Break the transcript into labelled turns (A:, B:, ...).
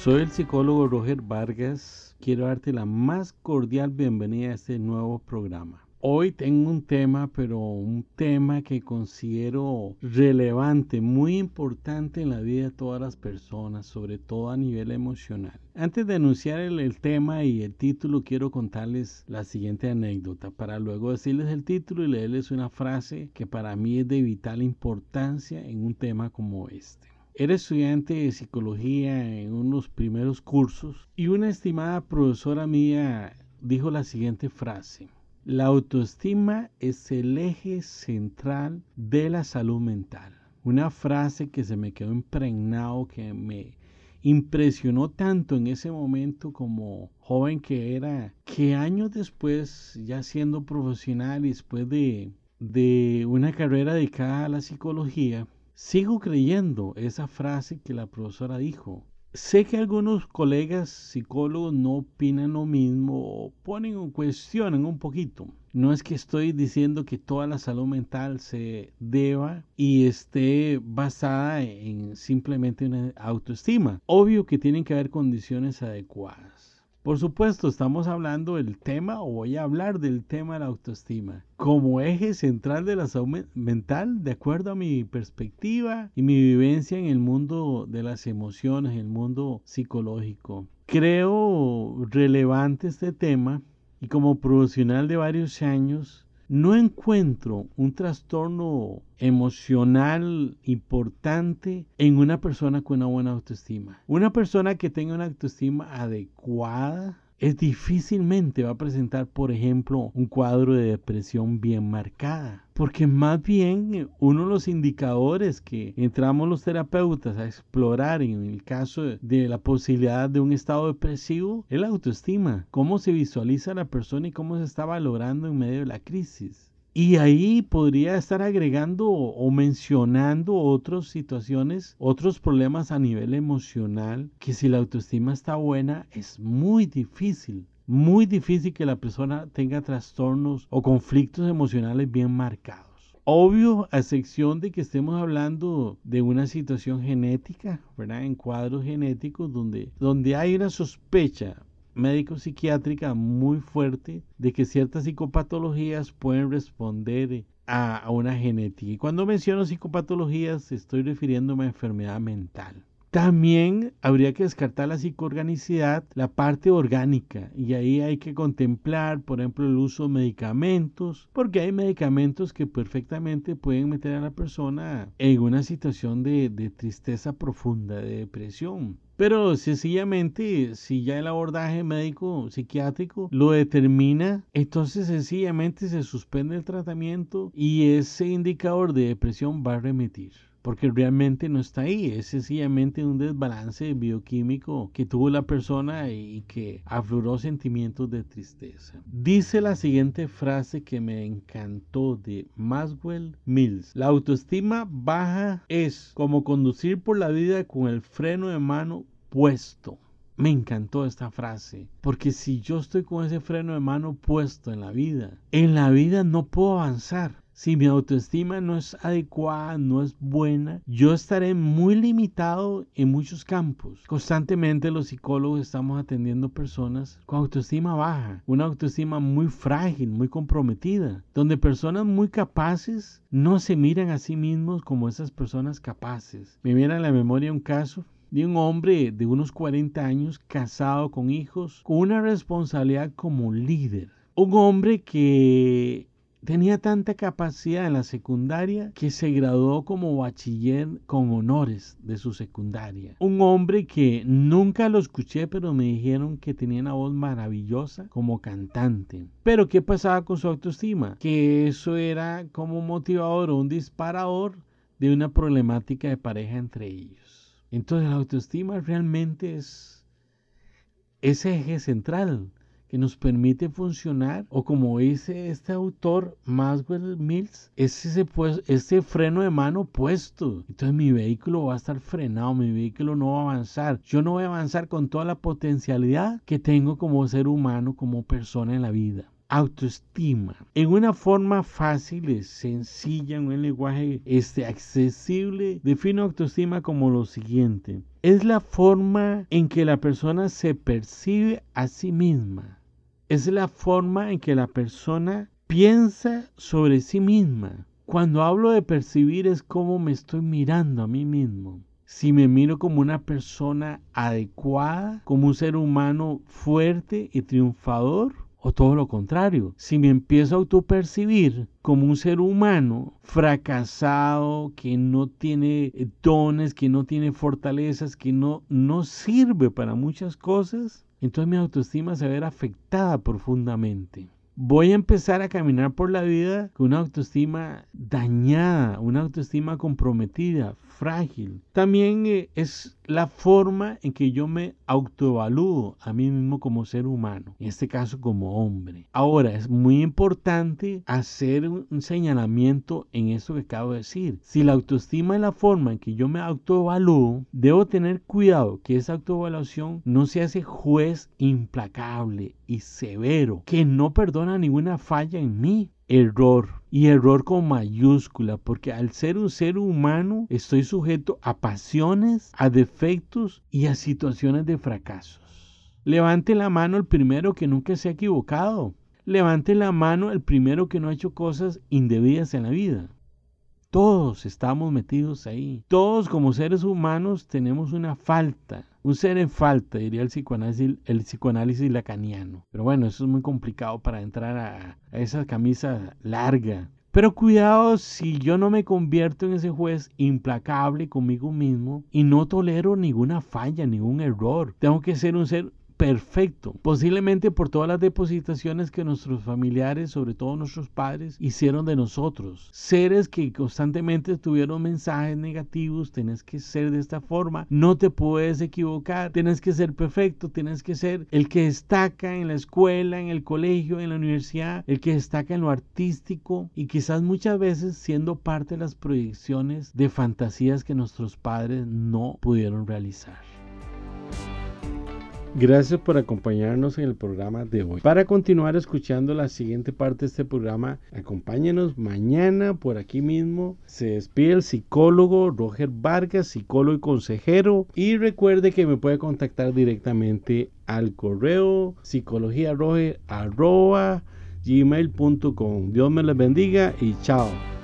A: Soy el psicólogo Roger Vargas. Quiero darte la más cordial bienvenida a este nuevo programa. Hoy tengo un tema, pero un tema que considero relevante, muy importante en la vida de todas las personas, sobre todo a nivel emocional. Antes de anunciar el tema y el título, quiero contarles la siguiente anécdota, para luego decirles el título y leerles una frase que para mí es de vital importancia en un tema como este. Era estudiante de psicología en unos primeros cursos y una estimada profesora mía dijo la siguiente frase: la autoestima es el eje central de la salud mental. Una frase que se me quedó impregnado, que me impresionó tanto en ese momento como joven que era, que años después, ya siendo profesional y después de una carrera dedicada a la psicología, sigo creyendo esa frase que la profesora dijo. Sé que algunos colegas psicólogos no opinan lo mismo o ponen o cuestionan un poquito. No es que estoy diciendo que toda la salud mental se deba y esté basada en simplemente una autoestima. Obvio que tienen que haber condiciones adecuadas. Por supuesto, estamos hablando del tema, o voy a hablar del tema de la autoestima, como eje central de la salud mental, de acuerdo a mi perspectiva y mi vivencia en el mundo de las emociones, en el mundo psicológico. Creo relevante este tema y como profesional de varios años, no encuentro un trastorno emocional importante en una persona con una buena autoestima. Una persona que tenga una autoestima adecuada difícilmente va a presentar, por ejemplo, un cuadro de depresión bien marcada. Porque más bien uno de los indicadores que entramos los terapeutas a explorar en el caso de la posibilidad de un estado depresivo es la autoestima. Cómo se visualiza la persona y cómo se está valorando en medio de la crisis. Y ahí podría estar agregando o mencionando otras situaciones, otros problemas a nivel emocional, que si la autoestima está buena es muy difícil que la persona tenga trastornos o conflictos emocionales bien marcados. Obvio, a excepción de que estemos hablando de una situación genética, ¿verdad? En cuadros genéticos donde hay una sospecha médico-psiquiátrica muy fuerte de que ciertas psicopatologías pueden responder a una genética. Y cuando menciono psicopatologías estoy refiriéndome a enfermedad mental. También habría que descartar la psicoorganicidad, la parte orgánica, y ahí hay que contemplar, por ejemplo, el uso de medicamentos, porque hay medicamentos que perfectamente pueden meter a la persona en una situación de tristeza profunda, de depresión. Pero sencillamente, si ya el abordaje médico psiquiátrico lo determina, entonces sencillamente se suspende el tratamiento y ese indicador de depresión va a remitir. Porque realmente no está ahí, es sencillamente un desbalance bioquímico que tuvo la persona y que afloró sentimientos de tristeza. Dice la siguiente frase que me encantó de Maxwell Mills: la autoestima baja es como conducir por la vida con el freno de mano puesto. Me encantó esta frase, porque si yo estoy con ese freno de mano puesto en la vida no puedo avanzar. Si mi autoestima no es adecuada, no es buena, yo estaré muy limitado en muchos campos. Constantemente los psicólogos estamos atendiendo personas con autoestima baja, una autoestima muy frágil, muy comprometida, donde personas muy capaces no se miran a sí mismos como esas personas capaces. Me viene a la memoria un caso de un hombre de unos 40 años, casado con hijos, con una responsabilidad como líder. Un hombre que tenía tanta capacidad en la secundaria que se graduó como bachiller con honores de su secundaria. Un hombre que nunca lo escuché, pero me dijeron que tenía una voz maravillosa como cantante. Pero ¿qué pasaba con su autoestima? Que eso era como un motivador o un disparador de una problemática de pareja entre ellos. Entonces la autoestima realmente es ese eje central que nos permite funcionar, o como dice este autor Maxwell Mills, es ese freno de mano puesto. Entonces mi vehículo va a estar frenado, mi vehículo no va a avanzar. Yo no voy a avanzar con toda la potencialidad que tengo como ser humano, como persona en la vida. autoestima. En una forma fácil y sencilla, en un lenguaje accesible, defino autoestima como lo siguiente. Es la forma en que la persona se percibe a sí misma. Es la forma en que la persona piensa sobre sí misma. Cuando hablo de percibir es cómo me estoy mirando a mí mismo. Si me miro como una persona adecuada, como un ser humano fuerte y triunfador, o todo lo contrario. Si me empiezo a autopercibir como un ser humano fracasado, que no tiene dones, que no tiene fortalezas, que no sirve para muchas cosas, entonces mi autoestima se va a ver afectada profundamente. Voy a empezar a caminar por la vida con una autoestima dañada, una autoestima comprometida, frágil. También es la forma en que yo me autoevalúo a mí mismo como ser humano, en este caso como hombre. Ahora, es muy importante hacer un señalamiento en esto que acabo de decir. Si la autoestima es la forma en que yo me autoevalúo, debo tener cuidado que esa autoevaluación no se hace juez implacable y severo, que no perdona ninguna falla en mí. Error, y error con mayúscula, porque al ser un ser humano estoy sujeto a pasiones, a defectos y a situaciones de fracasos. Levante la mano el primero que nunca se ha equivocado. Levante la mano el primero que no ha hecho cosas indebidas en la vida. Todos estamos metidos ahí. Todos como seres humanos tenemos una falta. Un ser en falta, diría el psicoanálisis lacaniano. Pero bueno, eso es muy complicado para entrar a esa camisa larga. Pero cuidado si yo no me convierto en ese juez implacable conmigo mismo y no tolero ninguna falla, ningún error. Tengo que ser un ser perfecto, posiblemente por todas las depositaciones que nuestros familiares, sobre todo nuestros padres, hicieron de nosotros. Seres que constantemente tuvieron mensajes negativos: tenés que ser de esta forma, no te puedes equivocar, tenés que ser perfecto, tenés que ser el que destaca en la escuela, en el colegio, en la universidad, el que destaca en lo artístico, y quizás muchas veces siendo parte de las proyecciones de fantasías que nuestros padres no pudieron realizar. Gracias por acompañarnos en el programa de hoy. Para continuar escuchando la siguiente parte de este programa, acompáñenos mañana por aquí mismo. Se despide el psicólogo Roger Vargas, psicólogo y consejero. Y recuerde que me puede contactar directamente al correo psicologiaroger@gmail.com. Dios me les bendiga y chao.